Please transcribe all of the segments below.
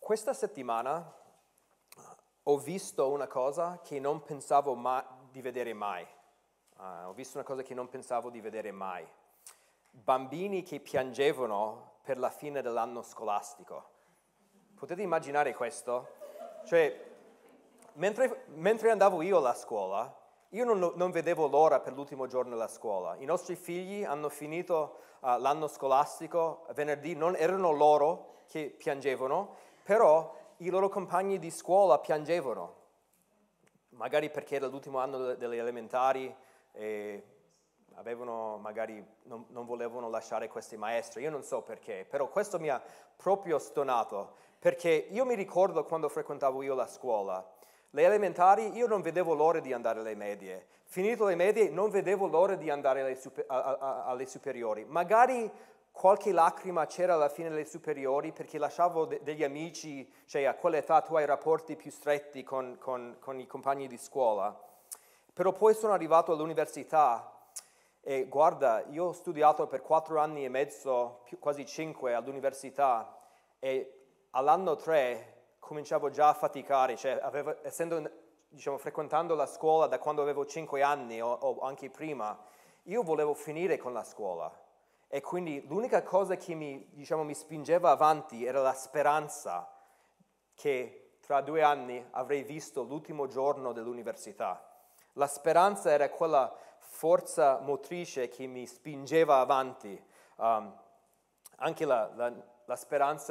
Questa settimana ho visto una cosa che non pensavo di vedere mai. Ho visto una cosa che non pensavo di vedere mai. Bambini che piangevano per la fine dell'anno scolastico. Potete immaginare questo? Cioè, mentre andavo io alla scuola, io non vedevo l'ora per l'ultimo giorno della scuola. I nostri figli hanno finito l'anno scolastico venerdì, non erano loro che piangevano, però i loro compagni di scuola piangevano. Magari perché era l'ultimo anno delle elementari e magari non volevano lasciare questi maestri, io non so perché, però questo mi ha proprio stonato, perché io mi ricordo quando frequentavo io la scuola, le elementari io non vedevo l'ora di andare alle medie, finito le medie non vedevo l'ora di andare alle superiori, magari qualche lacrima c'era alla fine delle superiori perché lasciavo degli amici, cioè a quell'età tu hai rapporti più stretti con i compagni di scuola, però poi sono arrivato all'università e guarda, io ho studiato per 4 anni e mezzo, quasi 5 all'università e all'anno 3 cominciavo già a faticare, cioè frequentando la scuola da quando avevo 5 anni o anche prima, io volevo finire con la scuola. E quindi l'unica cosa che mi spingeva avanti era la speranza che tra 2 anni avrei visto l'ultimo giorno dell'università. La speranza era quella forza motrice che mi spingeva avanti, anche la speranza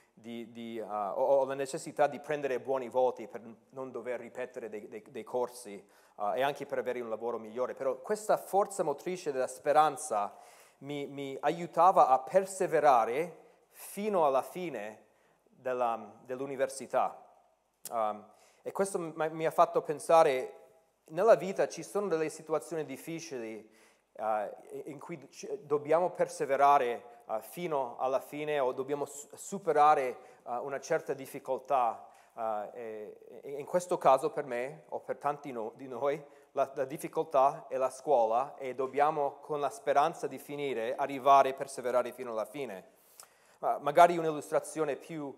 o la necessità di prendere buoni voti per non dover ripetere dei corsi e anche per avere un lavoro migliore. Però questa forza motrice della speranza mi aiutava a perseverare fino alla fine dell'università. E questo mi ha fatto pensare, nella vita ci sono delle situazioni difficili in cui dobbiamo perseverare fino alla fine o dobbiamo superare una certa difficoltà. E in questo caso per me, o per tanti di noi, la difficoltà è la scuola e dobbiamo, con la speranza di finire, arrivare e perseverare fino alla fine. Magari un'illustrazione più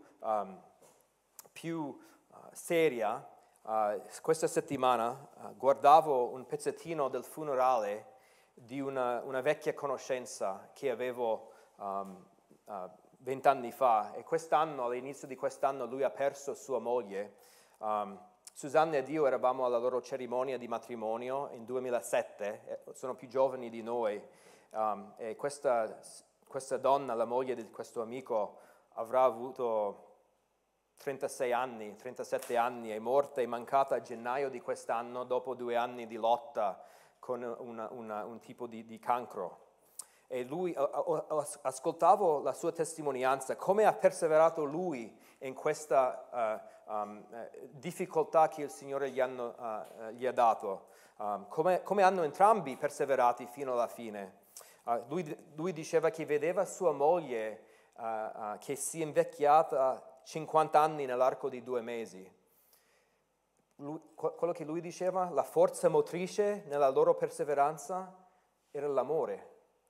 seria, questa settimana guardavo un pezzettino del funerale di una vecchia conoscenza che avevo 20 anni fa e quest'anno, all'inizio di quest'anno, lui ha perso sua moglie. Susanna ed io eravamo alla loro cerimonia di matrimonio in 2007, sono più giovani di noi, e questa donna, la moglie di questo amico, avrà avuto 36 anni, 37 anni, è morta, è mancata a gennaio di quest'anno dopo 2 anni di lotta con un tipo di cancro. E lui, ascoltavo la sua testimonianza, come ha perseverato lui in questa difficoltà che il Signore gli ha dato, come hanno entrambi perseverati fino alla fine. Lui diceva che vedeva sua moglie che si è invecchiata 50 anni nell'arco di 2 mesi. Quello che lui diceva, la forza motrice nella loro perseveranza era l'amore.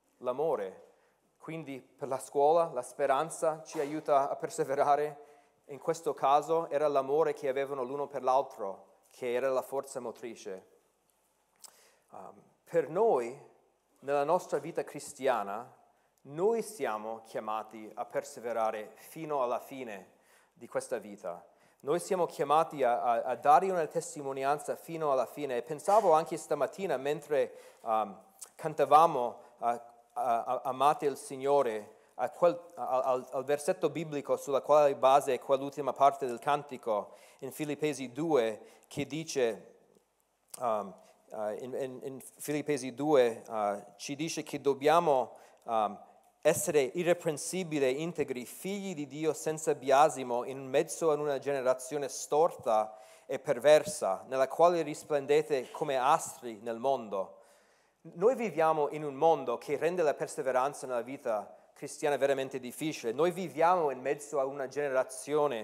Quindi per la scuola la speranza ci aiuta a perseverare. In questo caso era l'amore che avevano l'uno per l'altro che era la forza motrice. Per noi, nella nostra vita cristiana, noi siamo chiamati a perseverare fino alla fine di questa vita. Noi siamo chiamati a dare una testimonianza fino alla fine. E pensavo anche stamattina mentre cantavamo Amate il Signore, al versetto biblico sulla quale base è quell'ultima parte del cantico in Filippesi 2 che dice, in Filippesi 2 ci dice che dobbiamo essere irreprensibili e integri, figli di Dio senza biasimo in mezzo ad una generazione storta e perversa, nella quale risplendete come astri nel mondo. Noi viviamo in un mondo che rende la perseveranza nella vita cristiana veramente difficile. Noi viviamo in mezzo a una generazione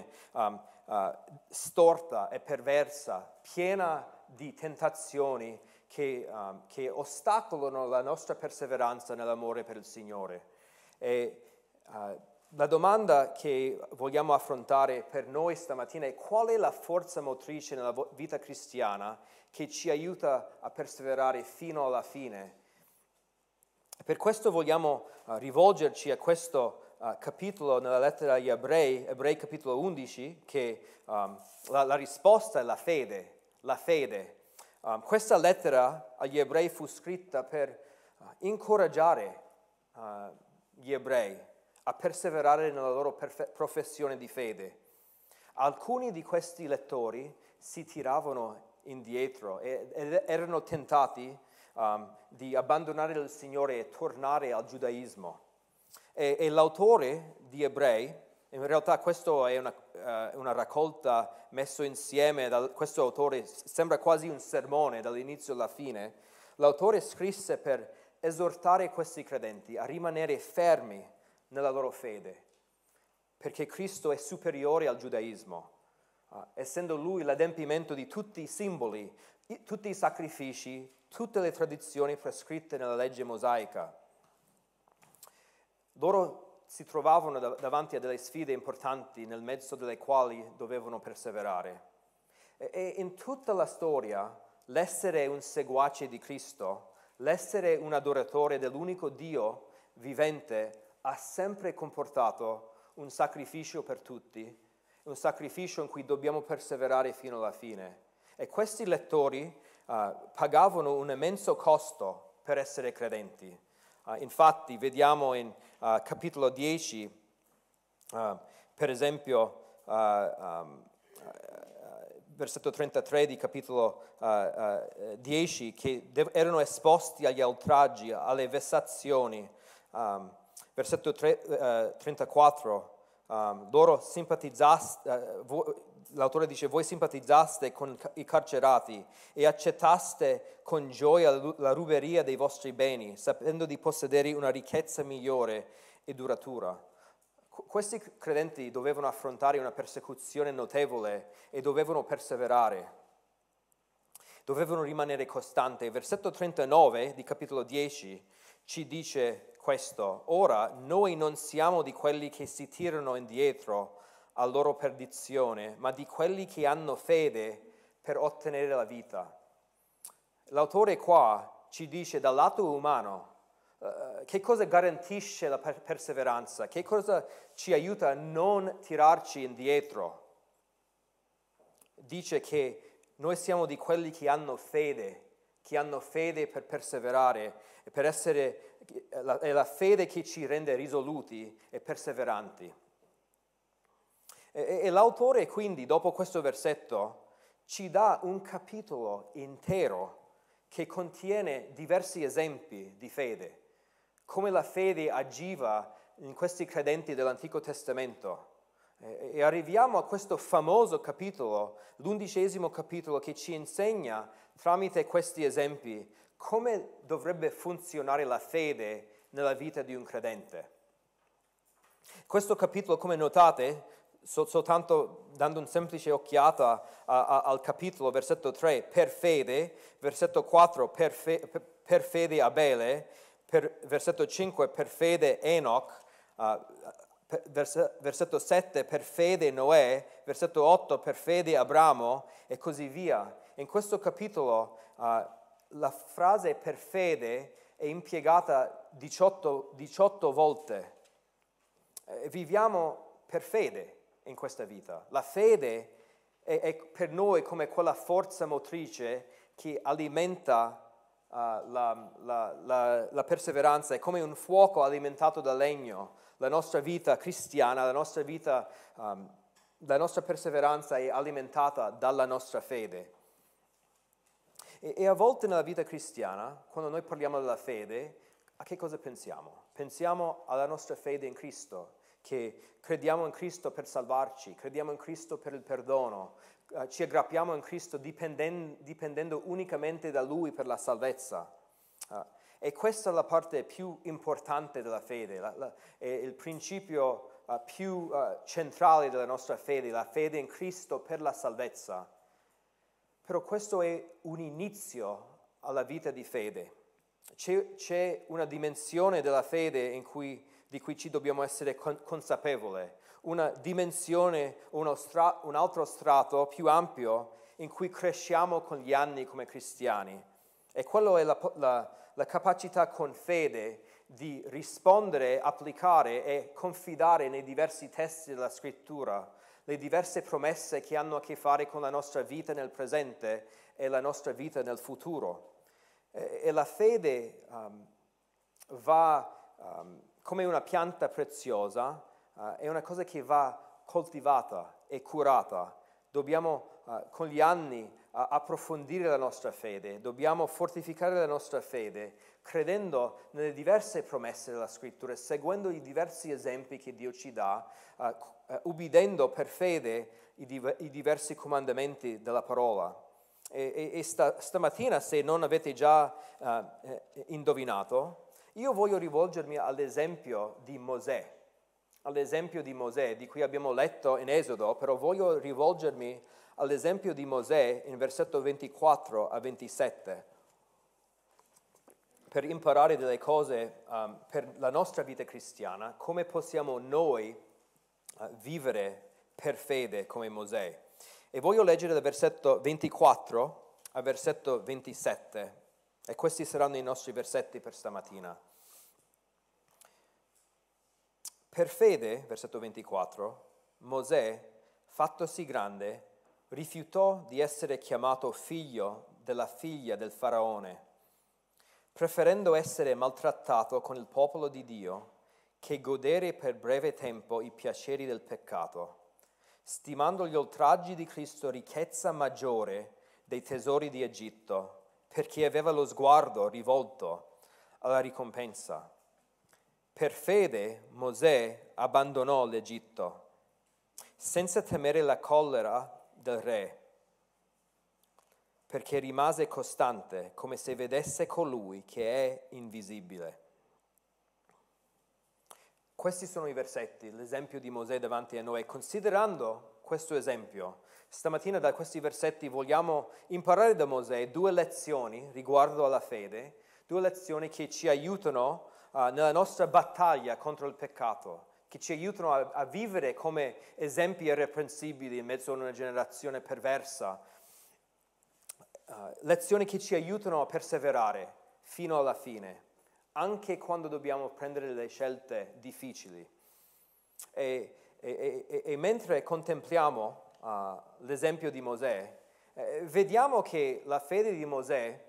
storta e perversa, piena di tentazioni che ostacolano la nostra perseveranza nell'amore per il Signore. E La domanda che vogliamo affrontare per noi stamattina è: qual è la forza motrice nella vita cristiana che ci aiuta a perseverare fino alla fine? Per questo vogliamo rivolgerci a questo capitolo nella lettera agli Ebrei, Ebrei capitolo 11, che la risposta è la fede, la fede. Questa lettera agli Ebrei fu scritta per incoraggiare gli Ebrei a perseverare nella loro professione di fede. Alcuni di questi lettori si tiravano indietro ed erano tentati di abbandonare il Signore e tornare al giudaismo. E l'autore di Ebrei, in realtà questa è una raccolta messa insieme, questo autore sembra quasi un sermone dall'inizio alla fine. L'autore scrisse per esortare questi credenti a rimanere fermi nella loro fede, perché Cristo è superiore al giudaismo, essendo Lui l'adempimento di tutti i simboli, tutti i sacrifici, tutte le tradizioni prescritte nella legge mosaica. Loro si trovavano davanti a delle sfide importanti nel mezzo delle quali dovevano perseverare. E in tutta la storia, l'essere un seguace di Cristo, l'essere un adoratore dell'unico Dio vivente, ha sempre comportato un sacrificio per tutti, un sacrificio in cui dobbiamo perseverare fino alla fine. E questi lettori pagavano un immenso costo per essere credenti. Infatti vediamo in capitolo 10, per esempio, versetto 33 di capitolo 10, che erano esposti agli oltraggi, alle vessazioni. Versetto 34, loro l'autore dice: voi simpatizzaste con i carcerati e accettaste con gioia la ruberia dei vostri beni, sapendo di possedere una ricchezza migliore e duratura. Questi credenti dovevano affrontare una persecuzione notevole e dovevano perseverare, dovevano rimanere costanti. Versetto 39 di capitolo 10 ci dice questo: ora noi non siamo di quelli che si tirano indietro a loro perdizione, ma di quelli che hanno fede per ottenere la vita. L'autore qua ci dice dal lato umano che cosa garantisce la perseveranza, che cosa ci aiuta a non tirarci indietro. Dice che noi siamo di quelli che hanno fede per perseverare, e per essere, è la fede che ci rende risoluti e perseveranti. E l'autore quindi, dopo questo versetto, ci dà un capitolo intero che contiene diversi esempi di fede, come la fede agiva in questi credenti dell'Antico Testamento. E arriviamo a questo famoso capitolo, l'11° capitolo, che ci insegna tramite questi esempi come dovrebbe funzionare la fede nella vita di un credente. Questo capitolo, come notate, soltanto dando un semplice occhiata al capitolo, versetto 3, per fede, versetto 4, per fede Abele, versetto 5, per fede Enoch, versetto 7, per fede Noè, versetto 8, per fede Abramo, e così via. In questo capitolo la frase per fede è impiegata 18 volte. Viviamo per fede in questa vita. La fede è per noi come quella forza motrice che alimenta la perseveranza, è come un fuoco alimentato da legno. La nostra vita cristiana, la nostra perseveranza è alimentata dalla nostra fede. E a volte nella vita cristiana, quando noi parliamo della fede, a che cosa pensiamo? Pensiamo alla nostra fede in Cristo, che crediamo in Cristo per salvarci, crediamo in Cristo per il perdono, ci aggrappiamo in Cristo dipendendo unicamente da Lui per la salvezza. E questa è la parte più importante della fede, è il principio più centrale della nostra fede, la fede in Cristo per la salvezza. Però questo è un inizio alla vita di fede. C'è una dimensione della fede in cui di cui ci dobbiamo essere consapevoli, una dimensione, un altro strato più ampio in cui cresciamo con gli anni come cristiani. E quello è la capacità con fede di rispondere, applicare e confidare nei diversi testi della Scrittura, le diverse promesse che hanno a che fare con la nostra vita nel presente e la nostra vita nel futuro. E la fede va come una pianta preziosa, è una cosa che va coltivata e curata. Dobbiamo con gli anni approfondire la nostra fede, dobbiamo fortificare la nostra fede, credendo nelle diverse promesse della Scrittura, seguendo i diversi esempi che Dio ci dà, ubbidendo per fede i diversi comandamenti della parola. E stamattina, se non avete già indovinato, io voglio rivolgermi all'esempio di Mosè, di cui abbiamo letto in Esodo, però voglio rivolgermi all'esempio di Mosè in versetto 24 a 27, per imparare delle cose per la nostra vita cristiana, come possiamo noi vivere per fede come Mosè. E voglio leggere dal versetto 24 al versetto 27, e questi saranno i nostri versetti per stamattina. Per fede, versetto 24, Mosè, fattosi grande, rifiutò di essere chiamato figlio della figlia del faraone, preferendo essere maltrattato con il popolo di Dio che godere per breve tempo i piaceri del peccato, stimando gli oltraggi di Cristo ricchezza maggiore dei tesori di Egitto, perché aveva lo sguardo rivolto alla ricompensa. Per fede Mosè abbandonò l'Egitto, senza temere la collera del re, perché rimase costante, come se vedesse colui che è invisibile. Questi sono i versetti, l'esempio di Mosè davanti a noi. Considerando questo esempio, stamattina da questi versetti vogliamo imparare da Mosè 2 lezioni riguardo alla fede, 2 lezioni che ci aiutano nella nostra battaglia contro il peccato, che ci aiutano a vivere come esempi irreprensibili in mezzo a una generazione perversa, lezioni che ci aiutano a perseverare fino alla fine, anche quando dobbiamo prendere delle scelte difficili. E mentre contempliamo l'esempio di Mosè, vediamo che la fede di Mosè,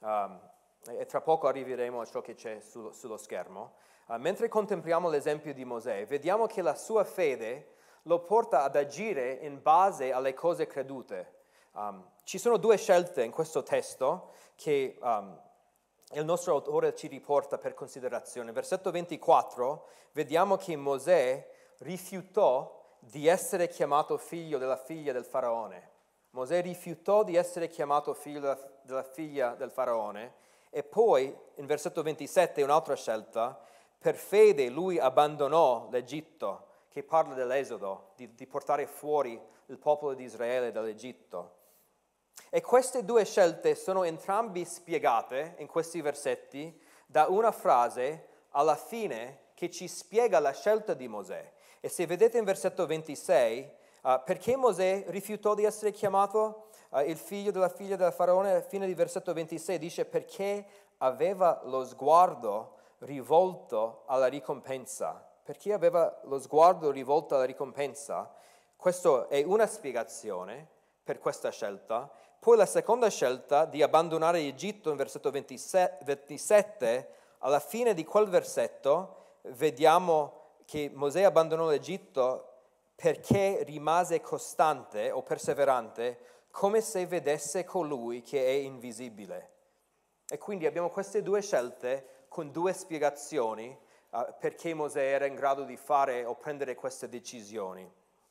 e tra poco arriveremo a ciò che c'è sullo schermo, mentre contempliamo l'esempio di Mosè, vediamo che la sua fede lo porta ad agire in base alle cose credute. Ci sono 2 scelte in questo testo che il nostro autore ci riporta per considerazione. Versetto 24, vediamo che Mosè rifiutò di essere chiamato figlio della figlia del faraone. Mosè rifiutò di essere chiamato figlio della figlia del faraone. E poi, in versetto 27, un'altra scelta, per fede lui abbandonò l'Egitto, che parla dell'Esodo, di portare fuori il popolo di Israele dall'Egitto. E queste 2 scelte sono entrambe spiegate in questi versetti da una frase alla fine che ci spiega la scelta di Mosè. E se vedete in versetto 26, perché Mosè rifiutò di essere chiamato il figlio della figlia del faraone, alla fine di versetto 26 dice perché aveva lo sguardo rivolto alla ricompensa. Perché aveva lo sguardo rivolto alla ricompensa? Questa è una spiegazione per questa scelta. Poi la seconda scelta di abbandonare l'Egitto in versetto 27, alla fine di quel versetto vediamo che Mosè abbandonò l'Egitto perché rimase costante o perseverante, come se vedesse colui che è invisibile. E quindi abbiamo queste 2 scelte con 2 spiegazioni perché Mosè era in grado di fare o prendere queste decisioni.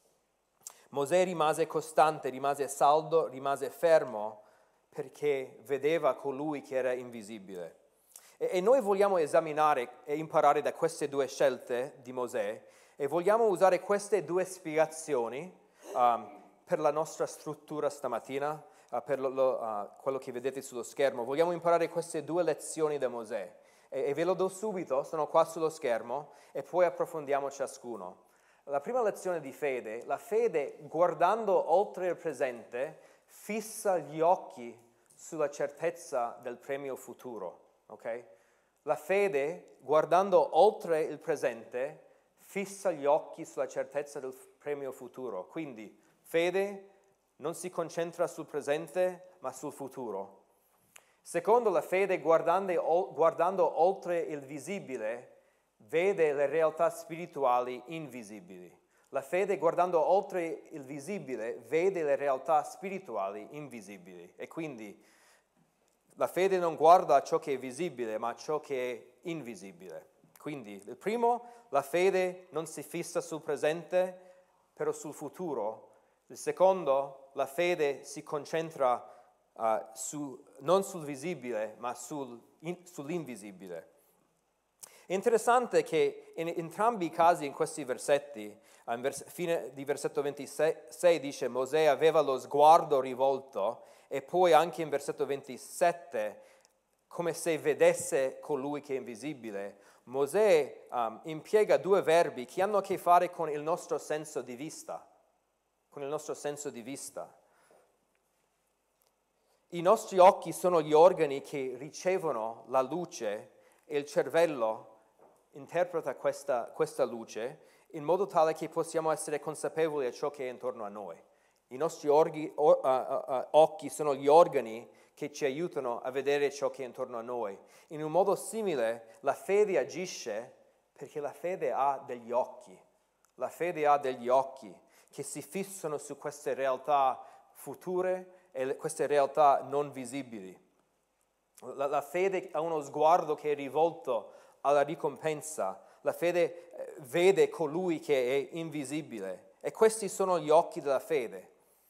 Mosè rimase costante, rimase saldo, rimase fermo perché vedeva colui che era invisibile. E noi vogliamo esaminare e imparare da queste 2 scelte di Mosè e vogliamo usare queste 2 spiegazioni per la nostra struttura stamattina, per quello che vedete sullo schermo. Vogliamo imparare queste 2 lezioni da Mosè e ve lo do subito, sono qua sullo schermo, e poi approfondiamo ciascuno. La prima lezione di fede, la fede guardando oltre il presente fissa gli occhi sulla certezza del premio futuro, ok? La fede guardando oltre il presente fissa gli occhi sulla certezza del premio futuro. Quindi fede non si concentra sul presente ma sul futuro. Secondo, la fede guardando oltre il visibile vede le realtà spirituali invisibili. La fede guardando oltre il visibile vede le realtà spirituali invisibili. E quindi la fede non guarda ciò che è visibile ma ciò che è invisibile. Quindi il primo, la fede non si fissa sul presente però sul futuro. Il secondo, la fede si concentra non sul visibile, ma sull'invisibile. È interessante che in entrambi i casi, in questi versetti, fine di versetto 26 dice Mosè aveva lo sguardo rivolto, e poi anche in versetto 27, come se vedesse colui che è invisibile. Mosè impiega due verbi che hanno a che fare con il nostro senso di vista. Con il nostro senso di vista. I nostri occhi sono gli organi che ricevono la luce e il cervello interpreta questa luce in modo tale che possiamo essere consapevoli di ciò che è intorno a noi. I nostri occhi sono gli organi che ci aiutano a vedere ciò che è intorno a noi. In un modo simile, la fede agisce perché la fede ha degli occhi. La fede ha degli occhi che si fissano su queste realtà future e queste realtà non visibili. La fede ha uno sguardo che è rivolto alla ricompensa. La fede vede colui che è invisibile. E questi sono gli occhi della fede.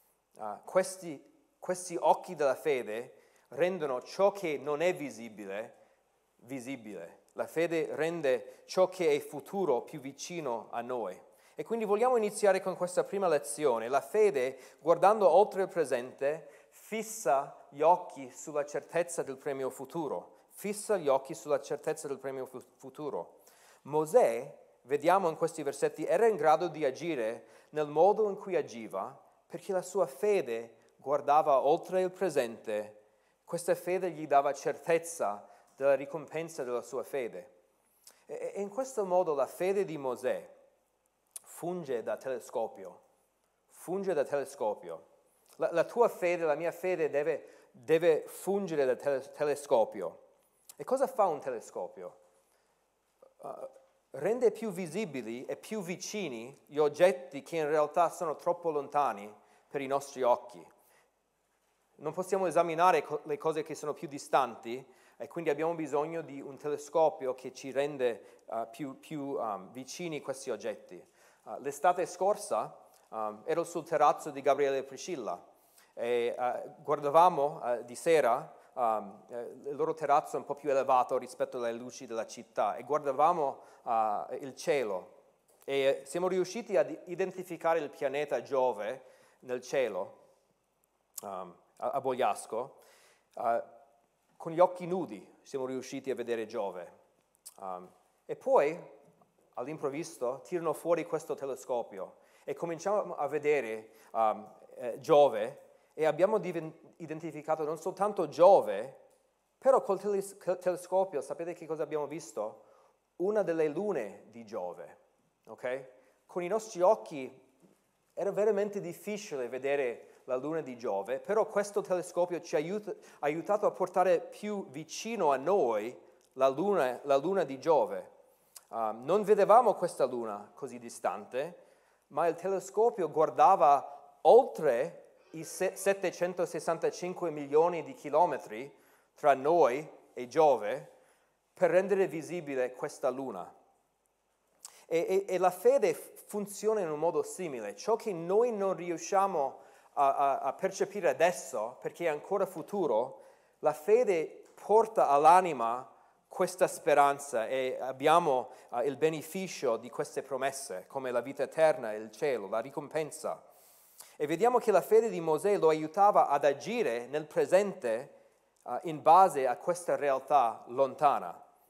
Questi occhi della fede rendono ciò che non è visibile, visibile. La fede rende ciò che è futuro più vicino a noi. E quindi vogliamo iniziare con questa prima lezione. La fede, guardando oltre il presente, fissa gli occhi sulla certezza del premio futuro. Fissa gli occhi sulla certezza del premio futuro. Mosè, vediamo in questi versetti, era in grado di agire nel modo in cui agiva perché la sua fede guardava oltre il presente. Questa fede gli dava certezza della ricompensa della sua fede. E in questo modo la fede di Mosè funge da telescopio. Funge da telescopio. La tua fede, la mia fede deve fungere da telescopio. E cosa fa un telescopio? Rende più visibili e più vicini gli oggetti che in realtà sono troppo lontani per i nostri occhi. Non possiamo esaminare le cose che sono più distanti e quindi abbiamo bisogno di un telescopio che ci rende più vicini questi oggetti. L'estate scorsa ero sul terrazzo di Gabriele e Priscilla e guardavamo di sera il loro terrazzo un po' più elevato rispetto alle luci della città e guardavamo il cielo e siamo riusciti ad identificare il pianeta Giove nel cielo a Bogliasco. Con gli occhi nudi siamo riusciti a vedere Giove. E poi all'improvviso tirano fuori questo telescopio e cominciamo a vedere Giove e abbiamo identificato non soltanto Giove, però col telescopio sapete che cosa abbiamo visto? Una delle lune di Giove, ok? Con i nostri occhi era veramente difficile vedere la luna di Giove, però questo telescopio ci ha aiutato a portare più vicino a noi la luna di Giove. Non vedevamo questa luna così distante, ma il telescopio guardava oltre i 765 milioni di chilometri tra noi e Giove per rendere visibile questa luna. E la fede funziona in un modo simile. Ciò che noi non riusciamo a percepire adesso, perché è ancora futuro, la fede porta all'anima questa speranza e abbiamo il beneficio di queste promesse, come la vita eterna, il cielo, la ricompensa. E vediamo che la fede di Mosè lo aiutava ad agire nel presente in base a questa realtà lontana.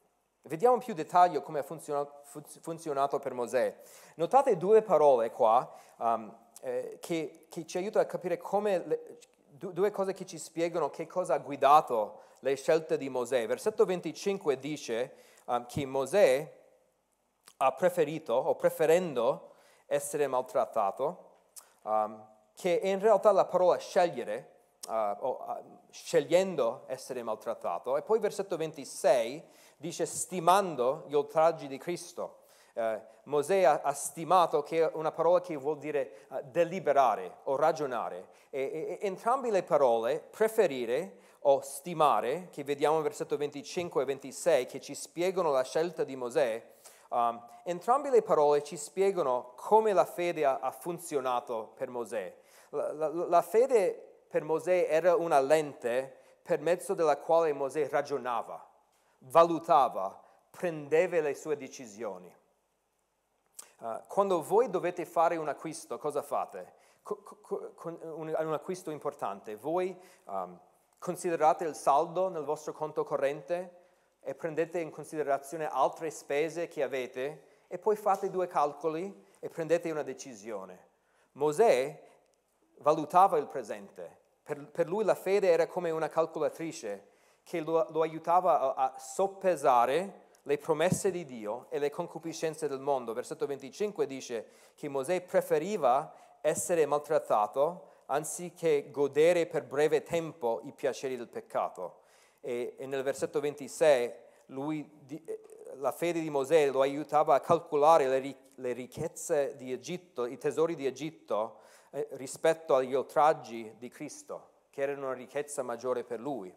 Vediamo in più dettaglio come ha funzionato per Mosè. Notate due parole qua che ci aiutano a capire due cose che ci spiegano che cosa ha guidato le scelte di Mosè. Versetto 25 dice che Mosè ha preferito o preferendo essere maltrattato, che è in realtà la parola scegliere, scegliendo essere maltrattato. E poi versetto 26 dice stimando gli oltraggi di Cristo. Mosè ha stimato, che è una parola che vuol dire deliberare o ragionare. E entrambe le parole, preferire o stimare, che vediamo in versetto 25 e 26, che ci spiegano la scelta di Mosè, entrambe le parole ci spiegano come la fede ha funzionato per Mosè. La fede per Mosè era una lente per mezzo della quale Mosè ragionava, valutava, prendeva le sue decisioni. Quando voi dovete fare un acquisto, cosa fate? Un acquisto importante, voi considerate il saldo nel vostro conto corrente e prendete in considerazione altre spese che avete e poi fate due calcoli e prendete una decisione. Mosè valutava il presente. Per lui la fede era come una calcolatrice che lo aiutava a soppesare le promesse di Dio e le concupiscenze del mondo. Versetto 25 dice che Mosè preferiva essere maltrattato anziché godere per breve tempo i piaceri del peccato. E nel versetto 26 la fede di Mosè lo aiutava a calcolare le ricchezze di Egitto, i tesori di Egitto, rispetto agli oltraggi di Cristo, che erano una ricchezza maggiore per lui.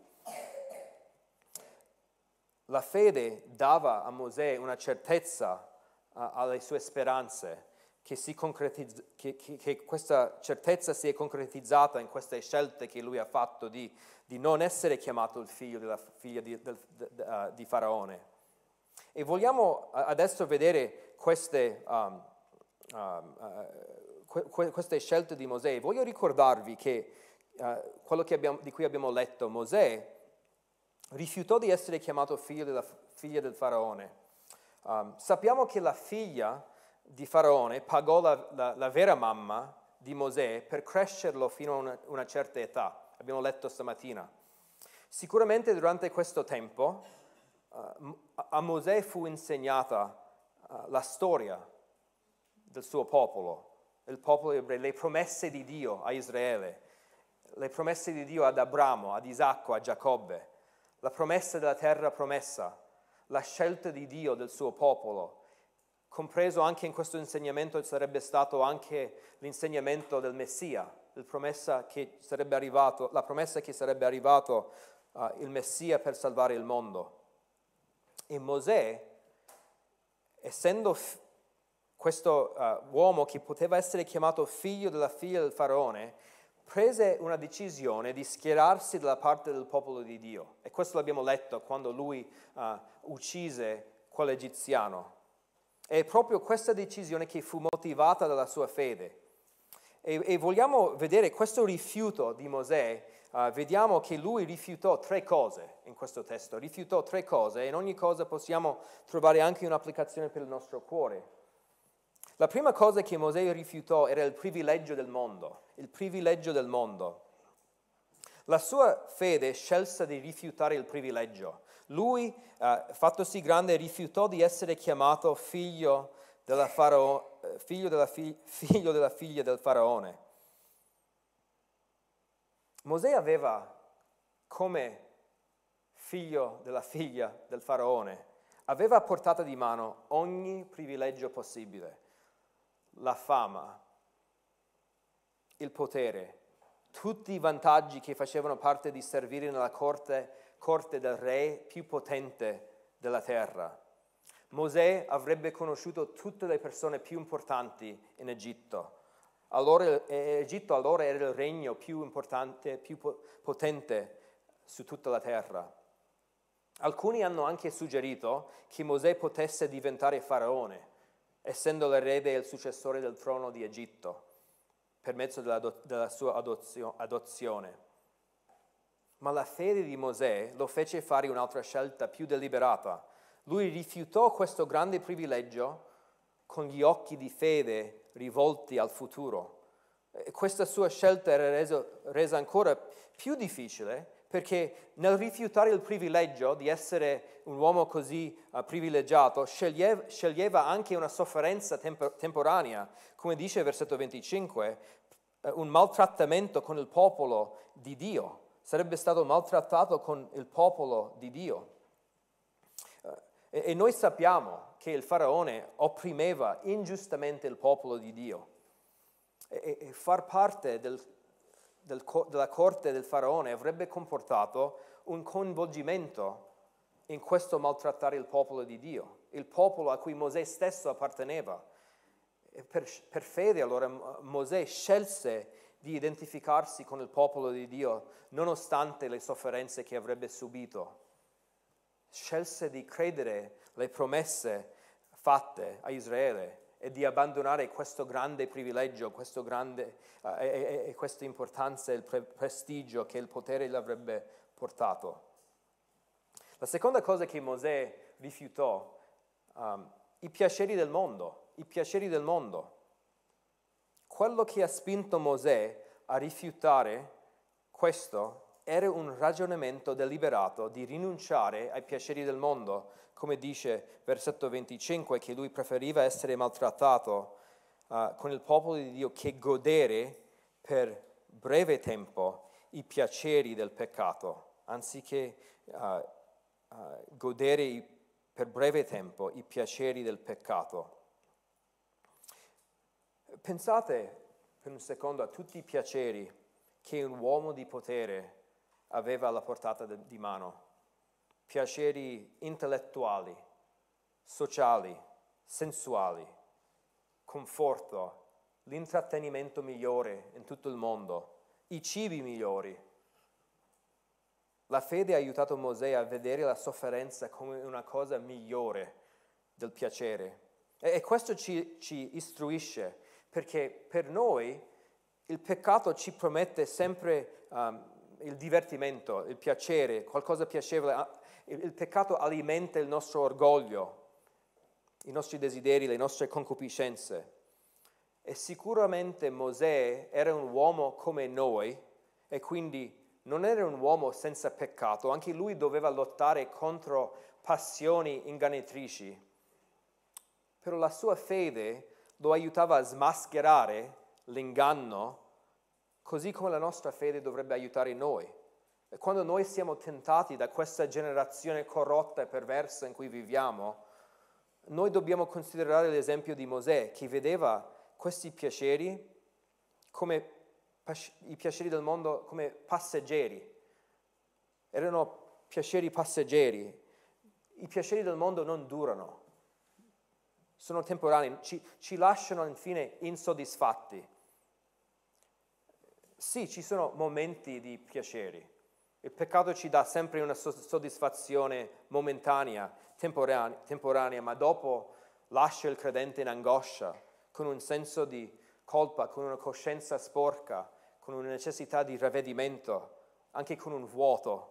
La fede dava a Mosè una certezza alle sue speranze, che questa certezza si è concretizzata in queste scelte che lui ha fatto di non essere chiamato il figlio della figlia di Faraone. E vogliamo adesso vedere queste scelte di Mosè. Voglio ricordarvi che quello di cui abbiamo letto, Mosè rifiutò di essere chiamato figlio della figlia del Faraone. Sappiamo che la figlia di Faraone pagò la vera mamma di Mosè per crescerlo fino a una certa età. Abbiamo letto stamattina. Sicuramente durante questo tempo a Mosè fu insegnata la storia del suo popolo, il popolo ebreo, le promesse di Dio a Israele, le promesse di Dio ad Abramo, ad Isacco, a Giacobbe, la promessa della terra promessa, la scelta di Dio del suo popolo. Compreso anche in questo insegnamento sarebbe stato anche l'insegnamento del Messia, la promessa che sarebbe arrivato il Messia per salvare il mondo. E Mosè, essendo questo uomo che poteva essere chiamato figlio della figlia del Faraone, prese una decisione di schierarsi dalla parte del popolo di Dio. E questo l'abbiamo letto quando lui uccise quell'egiziano. È proprio questa decisione che fu motivata dalla sua fede. E vogliamo vedere questo rifiuto di Mosè. Vediamo che lui rifiutò 3 cose in questo testo. Rifiutò 3 cose e in ogni cosa possiamo trovare anche un'applicazione per il nostro cuore. La prima cosa che Mosè rifiutò era il privilegio del mondo. Il privilegio del mondo. La sua fede scelse di rifiutare il privilegio. Lui, fattosi grande, rifiutò di essere chiamato figlio della figlia del Faraone. Mosè aveva come figlio della figlia del Faraone, aveva a portata di mano ogni privilegio possibile, la fama, il potere, tutti i vantaggi che facevano parte di servire nella corte del re più potente della terra. Mosè avrebbe conosciuto tutte le persone più importanti in Egitto. Egitto allora era il regno più importante, più potente su tutta la terra. Alcuni hanno anche suggerito che Mosè potesse diventare faraone, essendo l'erede e il successore del trono di Egitto, per mezzo della sua adozione. Ma la fede di Mosè lo fece fare un'altra scelta più deliberata. Lui rifiutò questo grande privilegio con gli occhi di fede rivolti al futuro. E questa sua scelta era resa ancora più difficile perché nel rifiutare il privilegio di essere un uomo così privilegiato, sceglieva anche una sofferenza temporanea, come dice il versetto 25, un maltrattamento con il popolo di Dio. Sarebbe stato maltrattato con il popolo di Dio. E noi sappiamo che il faraone opprimeva ingiustamente il popolo di Dio. E far parte della corte del faraone avrebbe comportato un coinvolgimento in questo maltrattare il popolo di Dio, il popolo a cui Mosè stesso apparteneva. E per fede allora Mosè scelse di identificarsi con il popolo di Dio nonostante le sofferenze che avrebbe subito. Scelse di credere le promesse fatte a Israele e di abbandonare questo grande privilegio, questa importanza e il prestigio che il potere gli avrebbe portato. La seconda cosa che Mosè rifiutò, i piaceri del mondo. Quello che ha spinto Mosè a rifiutare questo era un ragionamento deliberato di rinunciare ai piaceri del mondo, come dice versetto 25, che lui preferiva essere maltrattato con il popolo di Dio che godere per breve tempo i piaceri del peccato, anziché godere per breve tempo i piaceri del peccato. Pensate per un secondo a tutti i piaceri che un uomo di potere aveva alla portata di mano. Piaceri intellettuali, sociali, sensuali, conforto, l'intrattenimento migliore in tutto il mondo, i cibi migliori. La fede ha aiutato Mosè a vedere la sofferenza come una cosa migliore del piacere. E questo ci istruisce, perché per noi il peccato ci promette sempre il divertimento, il piacere, qualcosa piacevole. Il peccato alimenta il nostro orgoglio, i nostri desideri, le nostre concupiscenze. E sicuramente Mosè era un uomo come noi e quindi non era un uomo senza peccato, anche lui doveva lottare contro passioni ingannatrici. Però la sua fede lo aiutava a smascherare l'inganno, così come la nostra fede dovrebbe aiutare noi. E quando noi siamo tentati da questa generazione corrotta e perversa in cui viviamo, noi dobbiamo considerare l'esempio di Mosè, che vedeva questi piaceri come i piaceri del mondo come passeggeri. Erano piaceri passeggeri. I piaceri del mondo non durano, sono temporanei, ci lasciano infine insoddisfatti. Sì, ci sono momenti di piaceri. Il peccato ci dà sempre una soddisfazione momentanea, temporanea, ma dopo lascia il credente in angoscia, con un senso di colpa, con una coscienza sporca, con una necessità di ravvedimento, anche con un vuoto.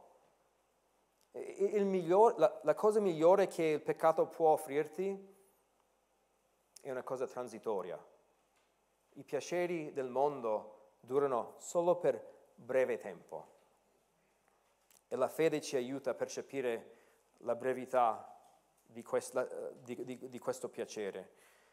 La cosa migliore che il peccato può offrirti è una cosa transitoria. I piaceri del mondo durano solo per breve tempo e la fede ci aiuta a percepire la brevità di questo piacere.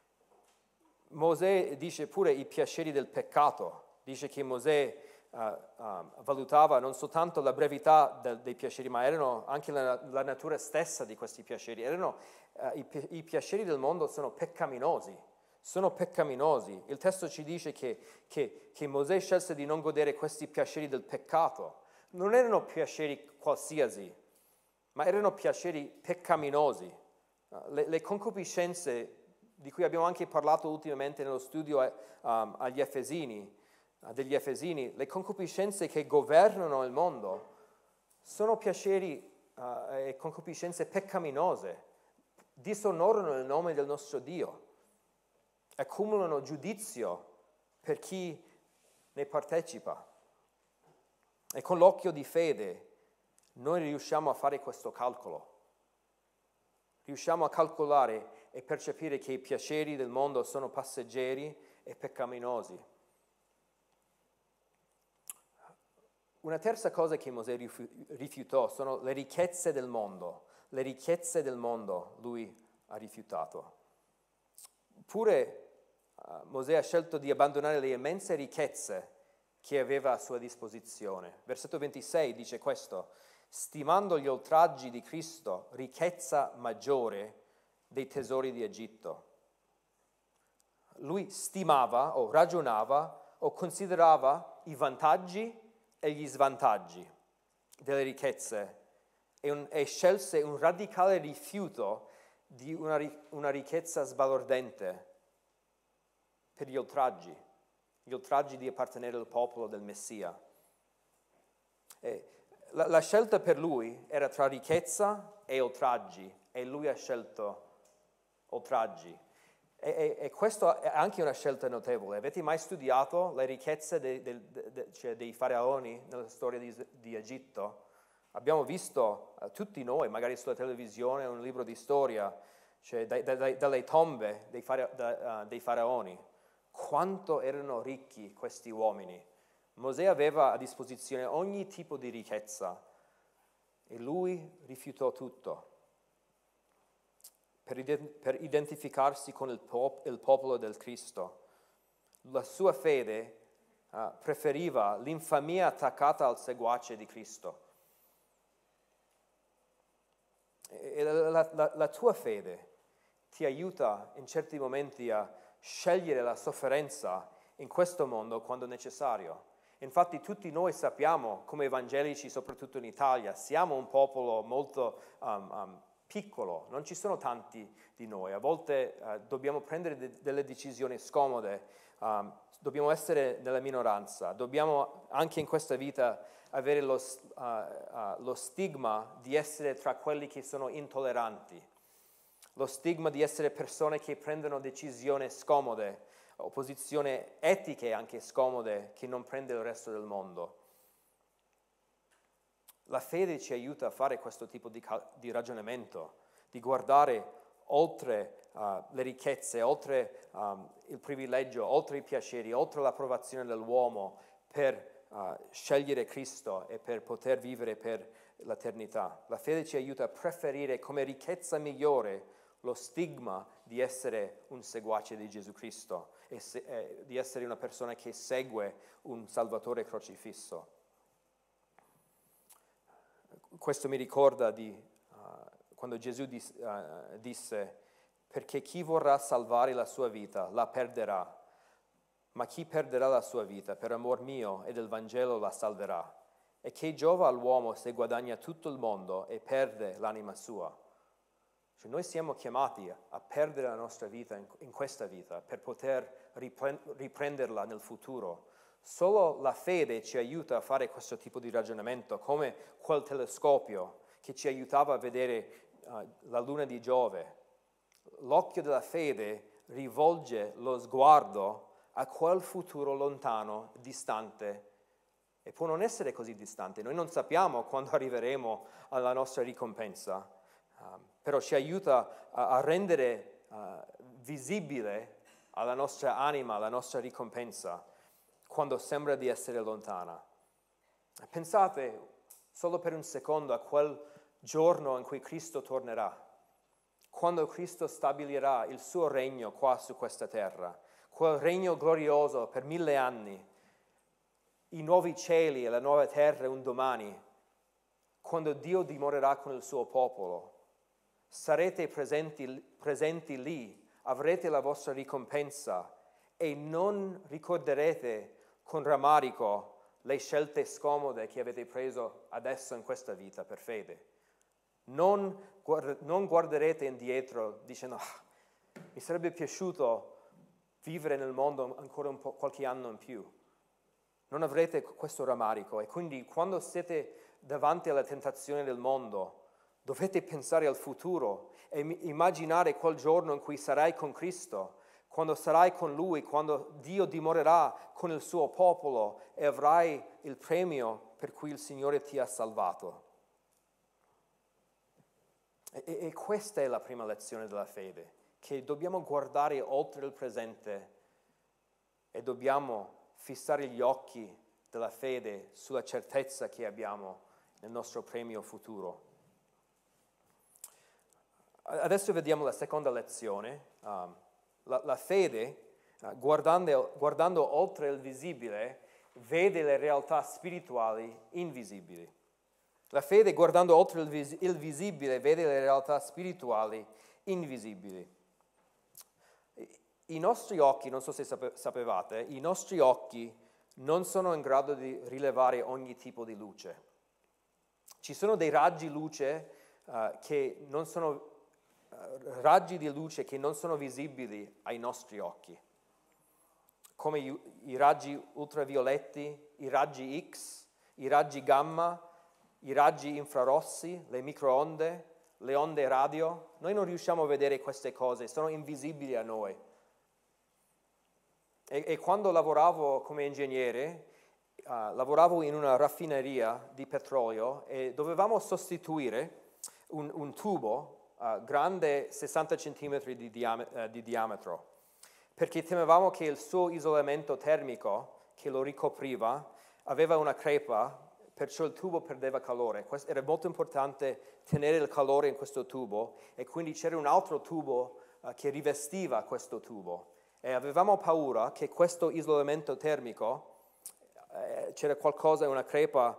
Mosè dice pure i piaceri del peccato, dice che Mosè valutava non soltanto la brevità dei piaceri, ma erano anche la natura stessa di questi piaceri. I piaceri del mondo sono peccaminosi. Il testo ci dice che Mosè scelse di non godere questi piaceri del peccato. Non erano piaceri qualsiasi, ma erano piaceri peccaminosi. Le concupiscenze di cui abbiamo anche parlato ultimamente nello studio degli Efesini, le concupiscenze che governano il mondo sono piaceri e concupiscenze peccaminose, disonorano il nome del nostro Dio, accumulano giudizio per chi ne partecipa. E con l'occhio di fede noi riusciamo a fare questo calcolo. Riusciamo a calcolare e percepire che i piaceri del mondo sono passeggeri e peccaminosi. Una terza cosa che Mosè rifiutò sono le ricchezze del mondo. Le ricchezze del mondo lui ha rifiutato. Pure Mosè ha scelto di abbandonare le immense ricchezze che aveva a sua disposizione. Versetto 26 dice questo: stimando gli oltraggi di Cristo, ricchezza maggiore dei tesori di Egitto. Lui stimava o ragionava o considerava i vantaggi e gli svantaggi delle ricchezze e scelse un radicale rifiuto di una ricchezza sbalordente per gli oltraggi di appartenere al popolo del Messia. La scelta per lui era tra ricchezza e oltraggi, e lui ha scelto oltraggi. E questo è anche una scelta notevole. Avete mai studiato le ricchezze dei faraoni nella storia di Egitto? Abbiamo visto tutti noi, magari sulla televisione o un libro di storia, cioè dalle tombe dei faraoni, quanto erano ricchi questi uomini. Mosè aveva a disposizione ogni tipo di ricchezza e lui rifiutò tutto per identificarsi con il popolo del Cristo. La sua fede preferiva l'infamia attaccata al seguace di Cristo. E la tua fede ti aiuta in certi momenti a scegliere la sofferenza in questo mondo quando necessario. Infatti tutti noi sappiamo, come evangelici, soprattutto in Italia, siamo un popolo molto piccolo, non ci sono tanti di noi. A volte dobbiamo prendere delle decisioni scomode, dobbiamo essere nella minoranza, dobbiamo anche in questa vita avere lo stigma di essere tra quelli che sono intolleranti, lo stigma di essere persone che prendono decisioni scomode, o posizioni etiche anche scomode che non prende il resto del mondo. La fede ci aiuta a fare questo tipo di ragionamento, di guardare oltre le ricchezze, oltre il privilegio, oltre i piaceri, oltre l'approvazione dell'uomo per scegliere Cristo e per poter vivere per l'eternità. La fede ci aiuta a preferire come ricchezza migliore lo stigma di essere un seguace di Gesù Cristo e di essere una persona che segue un Salvatore crocifisso. Questo mi ricorda di quando Gesù disse: perché chi vorrà salvare la sua vita la perderà, ma chi perderà la sua vita per amor mio e del Vangelo la salverà. E che giova all'uomo se guadagna tutto il mondo e perde l'anima sua? Cioè, noi siamo chiamati a perdere la nostra vita in questa vita per poter riprenderla nel futuro. Solo la fede ci aiuta a fare questo tipo di ragionamento, come quel telescopio che ci aiutava a vedere la luna di Giove. L'occhio della fede rivolge lo sguardo a quel futuro lontano, distante, e può non essere così distante. Noi non sappiamo quando arriveremo alla nostra ricompensa, però ci aiuta a rendere visibile alla nostra anima la nostra ricompensa quando sembra di essere lontana. Pensate solo per un secondo a quel giorno in cui Cristo tornerà, quando Cristo stabilirà il suo regno qua su questa terra, quel regno glorioso per 1000 anni, i nuovi cieli e la nuova terra un domani, quando Dio dimorerà con il suo popolo. Sarete presenti lì, avrete la vostra ricompensa e non ricorderete con rammarico le scelte scomode che avete preso adesso in questa vita per fede. Non guarderete indietro dicendo mi sarebbe piaciuto vivere nel mondo ancora qualche anno in più. Non avrete questo rammarico e quindi quando siete davanti alla tentazione del mondo dovete pensare al futuro e immaginare quel giorno in cui sarai con Cristo, quando sarai con Lui, quando Dio dimorerà con il suo popolo e avrai il premio per cui il Signore ti ha salvato. E questa è la prima lezione della fede, che dobbiamo guardare oltre il presente e dobbiamo fissare gli occhi della fede sulla certezza che abbiamo nel nostro premio futuro. Adesso vediamo la seconda lezione. La fede, guardando oltre il visibile, vede le realtà spirituali invisibili. La fede, guardando oltre il visibile, vede le realtà spirituali invisibili. I nostri occhi, non so se sapevate, i nostri occhi non sono in grado di rilevare ogni tipo di luce. Ci sono dei raggi luce che non sono raggi di luce che non sono visibili ai nostri occhi, come i raggi ultravioletti, i raggi X, i raggi gamma, i raggi infrarossi, le microonde, le onde radio. Noi non riusciamo a vedere queste cose, sono invisibili a noi. E quando lavoravo come ingegnere, lavoravo in una raffineria di petrolio e dovevamo sostituire un tubo grande 60 cm di diametro, perché temevamo che il suo isolamento termico, che lo ricopriva, aveva una crepa, perciò il tubo perdeva calore. Era molto importante tenere il calore in questo tubo e quindi c'era un altro tubo che rivestiva questo tubo. E avevamo paura che questo isolamento termico, c'era qualcosa, una crepa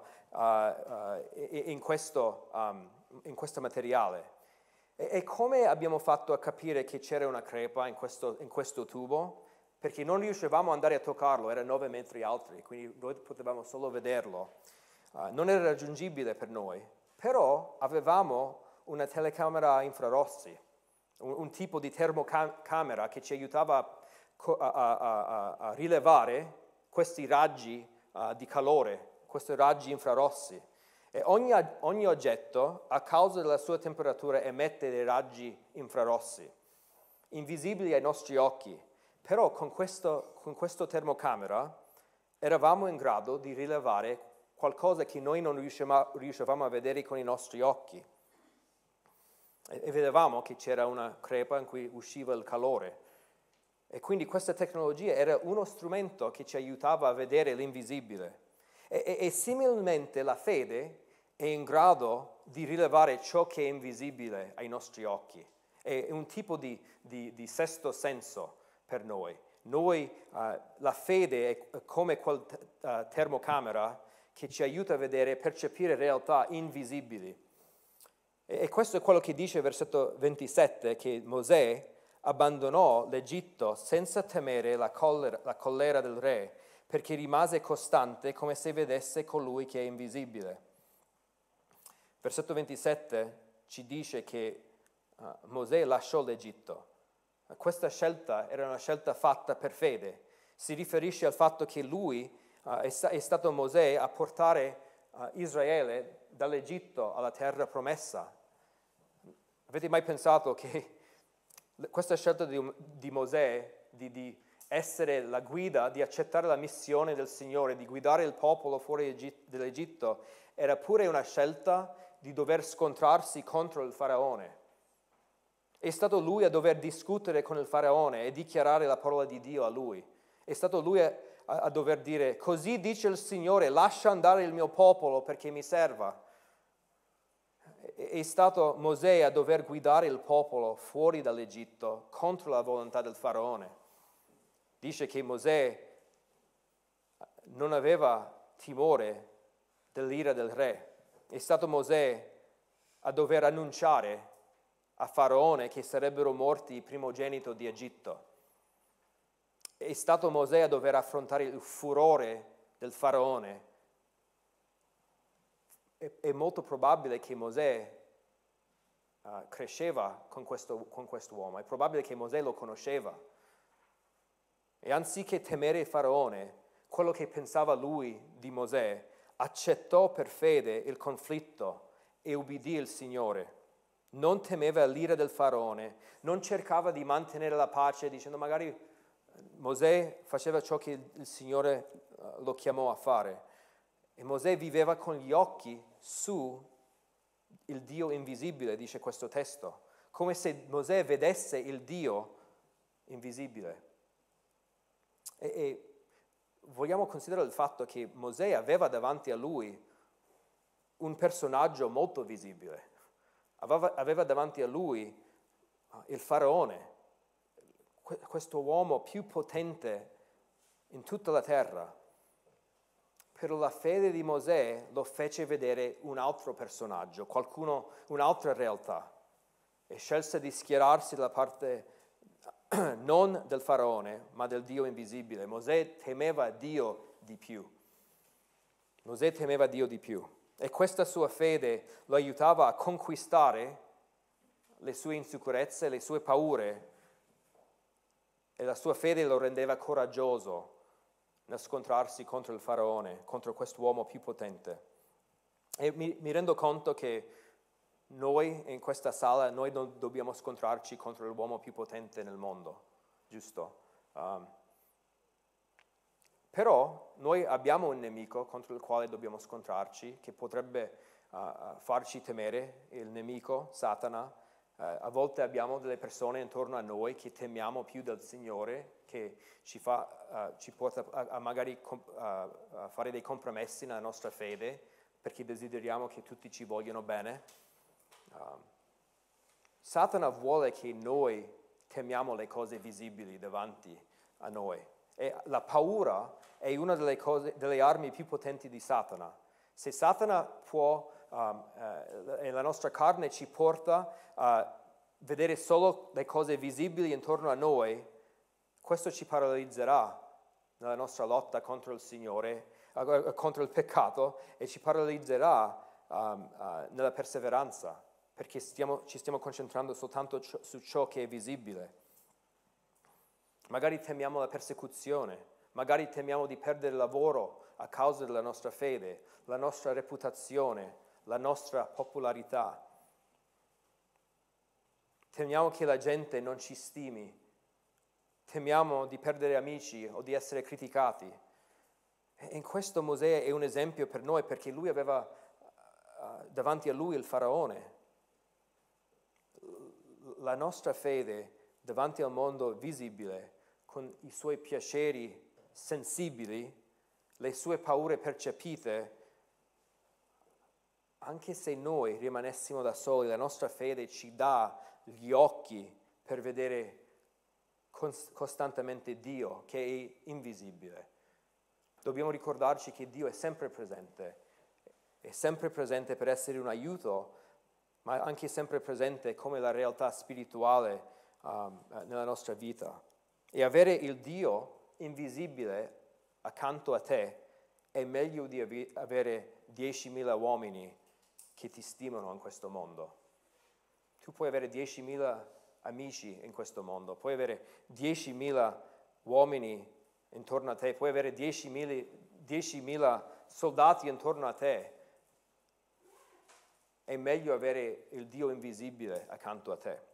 in questo materiale. E come abbiamo fatto a capire che c'era una crepa in questo tubo? Perché non riuscivamo ad andare a toccarlo, era 9 metri alto, quindi noi potevamo solo vederlo. Non era raggiungibile per noi, però avevamo una telecamera infrarossi, un tipo di termocamera che ci aiutava a rilevare questi raggi di calore, questi raggi infrarossi. E ogni oggetto, a causa della sua temperatura, emette dei raggi infrarossi, invisibili ai nostri occhi. Però con questo termocamera eravamo in grado di rilevare qualcosa che noi non riuscivamo a vedere con i nostri occhi. E vedevamo che c'era una crepa in cui usciva il calore. E quindi questa tecnologia era uno strumento che ci aiutava a vedere l'invisibile. E similmente la fede è in grado di rilevare ciò che è invisibile ai nostri occhi. È un tipo di sesto senso per noi. La fede è come quel termocamera che ci aiuta a vedere e percepire realtà invisibili. E questo è quello che dice versetto 27, che Mosè abbandonò l'Egitto senza temere la collera del re, perché rimase costante come se vedesse colui che è invisibile. Versetto 27 ci dice che Mosè lasciò l'Egitto. Questa scelta era una scelta fatta per fede. Si riferisce al fatto che lui è stato Mosè a portare Israele dall'Egitto alla terra promessa. Avete mai pensato che questa scelta di Mosè di essere la guida, di accettare la missione del Signore, di guidare il popolo fuori dall'Egitto, era pure una scelta di dover scontrarsi contro il faraone? È stato lui a dover discutere con il faraone e dichiarare la parola di Dio a lui. È stato lui a dover dire: così dice il Signore, lascia andare il mio popolo perché mi serva. È stato Mosè a dover guidare il popolo fuori dall'Egitto contro la volontà del faraone. Dice che Mosè non aveva timore dell'ira del re. È stato Mosè a dover annunciare a Faraone che sarebbero morti i primogeniti di Egitto. È stato Mosè a dover affrontare il furore del Faraone. È molto probabile che Mosè cresceva con quest'uomo, è probabile che Mosè lo conosceva. E anziché temere il Faraone, quello che pensava lui di Mosè, accettò per fede il conflitto e ubbidì il Signore. Non temeva l'ira del Faraone, non cercava di mantenere la pace dicendo magari Mosè faceva ciò che il Signore lo chiamò a fare. E Mosè viveva con gli occhi su il Dio invisibile, dice questo testo, come se Mosè vedesse il Dio invisibile. E vogliamo considerare il fatto che Mosè aveva davanti a lui un personaggio molto visibile. Aveva davanti a lui il faraone, questo uomo più potente in tutta la terra. Però la fede di Mosè lo fece vedere un altro personaggio, un'altra realtà, e scelse di schierarsi dalla parte non del faraone, ma del Dio invisibile. Mosè temeva Dio di più. Mosè temeva Dio di più. E questa sua fede lo aiutava a conquistare le sue insicurezze, le sue paure, e la sua fede lo rendeva coraggioso nel scontrarsi contro il faraone, contro quest'uomo più potente. E mi rendo conto che noi in questa sala, noi non dobbiamo scontrarci contro l'uomo più potente nel mondo, giusto? Però noi abbiamo un nemico contro il quale dobbiamo scontrarci, che potrebbe farci temere, il nemico, Satana. A volte abbiamo delle persone intorno a noi che temiamo più del Signore, che ci porta a magari a fare dei compromessi nella nostra fede, perché desideriamo che tutti ci vogliano bene. Satana vuole che noi temiamo le cose visibili davanti a noi. E la paura è una delle armi più potenti di Satana. Se Satana può, e la nostra carne ci porta a vedere solo le cose visibili intorno a noi, questo ci paralizzerà nella nostra lotta contro il Signore, contro il peccato, e ci paralizzerà nella perseveranza, perché ci stiamo concentrando soltanto su ciò che è visibile. Magari temiamo la persecuzione, magari temiamo di perdere il lavoro a causa della nostra fede, la nostra reputazione, la nostra popolarità. Temiamo che la gente non ci stimi, temiamo di perdere amici o di essere criticati. E in questo Mosè è un esempio per noi, perché lui aveva davanti a lui il faraone. La nostra fede davanti al mondo visibile, con i suoi piaceri sensibili, le sue paure percepite, anche se noi rimanessimo da soli, la nostra fede ci dà gli occhi per vedere costantemente Dio, che è invisibile. Dobbiamo ricordarci che Dio è sempre presente per essere un aiuto, ma anche sempre presente come la realtà spirituale nella nostra vita. E avere il Dio invisibile accanto a te è meglio di avere 10.000 uomini che ti stimano in questo mondo. Tu puoi avere 10.000 amici in questo mondo, puoi avere 10.000 uomini intorno a te, puoi avere 10.000 soldati intorno a te. È meglio avere il Dio invisibile accanto a te.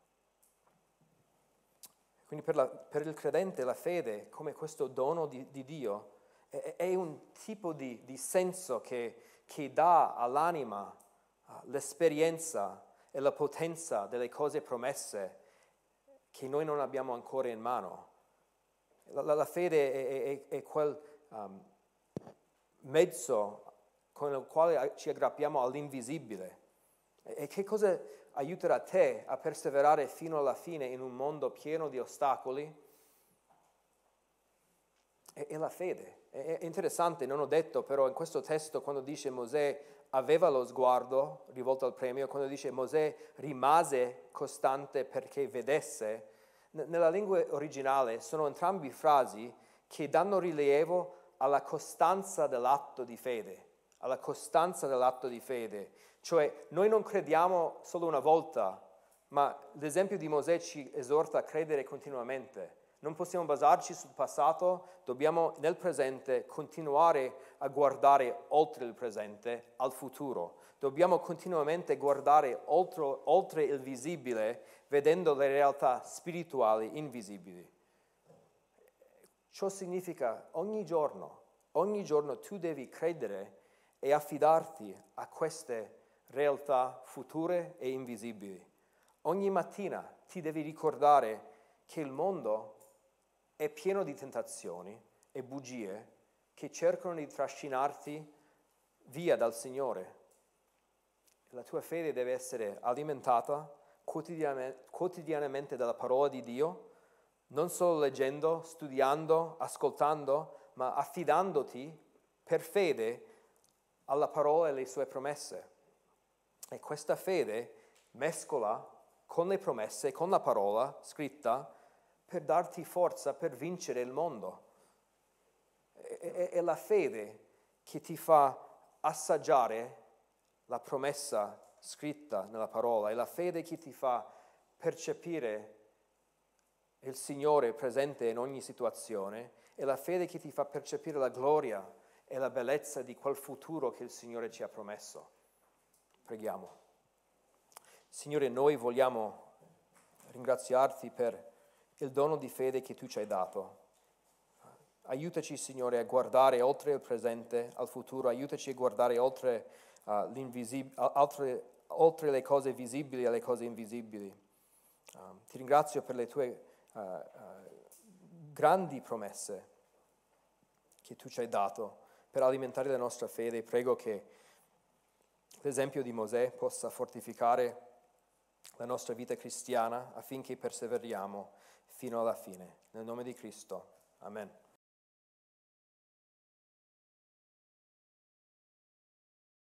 Quindi per il credente la fede, come questo dono di Dio, è un tipo di senso che dà all'anima l'esperienza e la potenza delle cose promesse che noi non abbiamo ancora in mano. La fede è quel mezzo con il quale ci aggrappiamo all'invisibile. E che cosa aiuterà te a perseverare fino alla fine in un mondo pieno di ostacoli? È la fede. È interessante, non ho detto, però in questo testo quando dice Mosè aveva lo sguardo rivolto al premio, quando dice Mosè rimase costante perché vedesse, nella lingua originale sono entrambi frasi che danno rilievo alla costanza dell'atto di fede, alla costanza dell'atto di fede. Cioè noi non crediamo solo una volta, ma l'esempio di Mosè ci esorta a credere continuamente. Non possiamo basarci sul passato, dobbiamo nel presente continuare a guardare oltre il presente, al futuro. Dobbiamo continuamente guardare oltre il visibile, vedendo le realtà spirituali invisibili. Ciò significa ogni giorno tu devi credere e affidarti a queste realtà future e invisibili. Ogni mattina ti devi ricordare che il mondo è pieno di tentazioni e bugie che cercano di trascinarti via dal Signore. La tua fede deve essere alimentata quotidianamente dalla parola di Dio, non solo leggendo, studiando, ascoltando, ma affidandoti per fede alla parola e alle sue promesse. E questa fede mescola con le promesse, con la parola scritta, per darti forza per vincere il mondo. È la fede che ti fa assaggiare la promessa scritta nella parola, è la fede che ti fa percepire il Signore presente in ogni situazione, è la fede che ti fa percepire la gloria e la bellezza di quel futuro che il Signore ci ha promesso. Preghiamo. Signore, noi vogliamo ringraziarti per il dono di fede che tu ci hai dato. Aiutaci, Signore, a guardare oltre il presente al futuro, aiutaci a guardare oltre le cose visibili alle cose invisibili. Ti ringrazio per le tue grandi promesse che tu ci hai dato per alimentare la nostra fede. Prego che l'esempio di Mosè possa fortificare la nostra vita cristiana affinché perseveriamo fino alla fine. Nel nome di Cristo. Amen.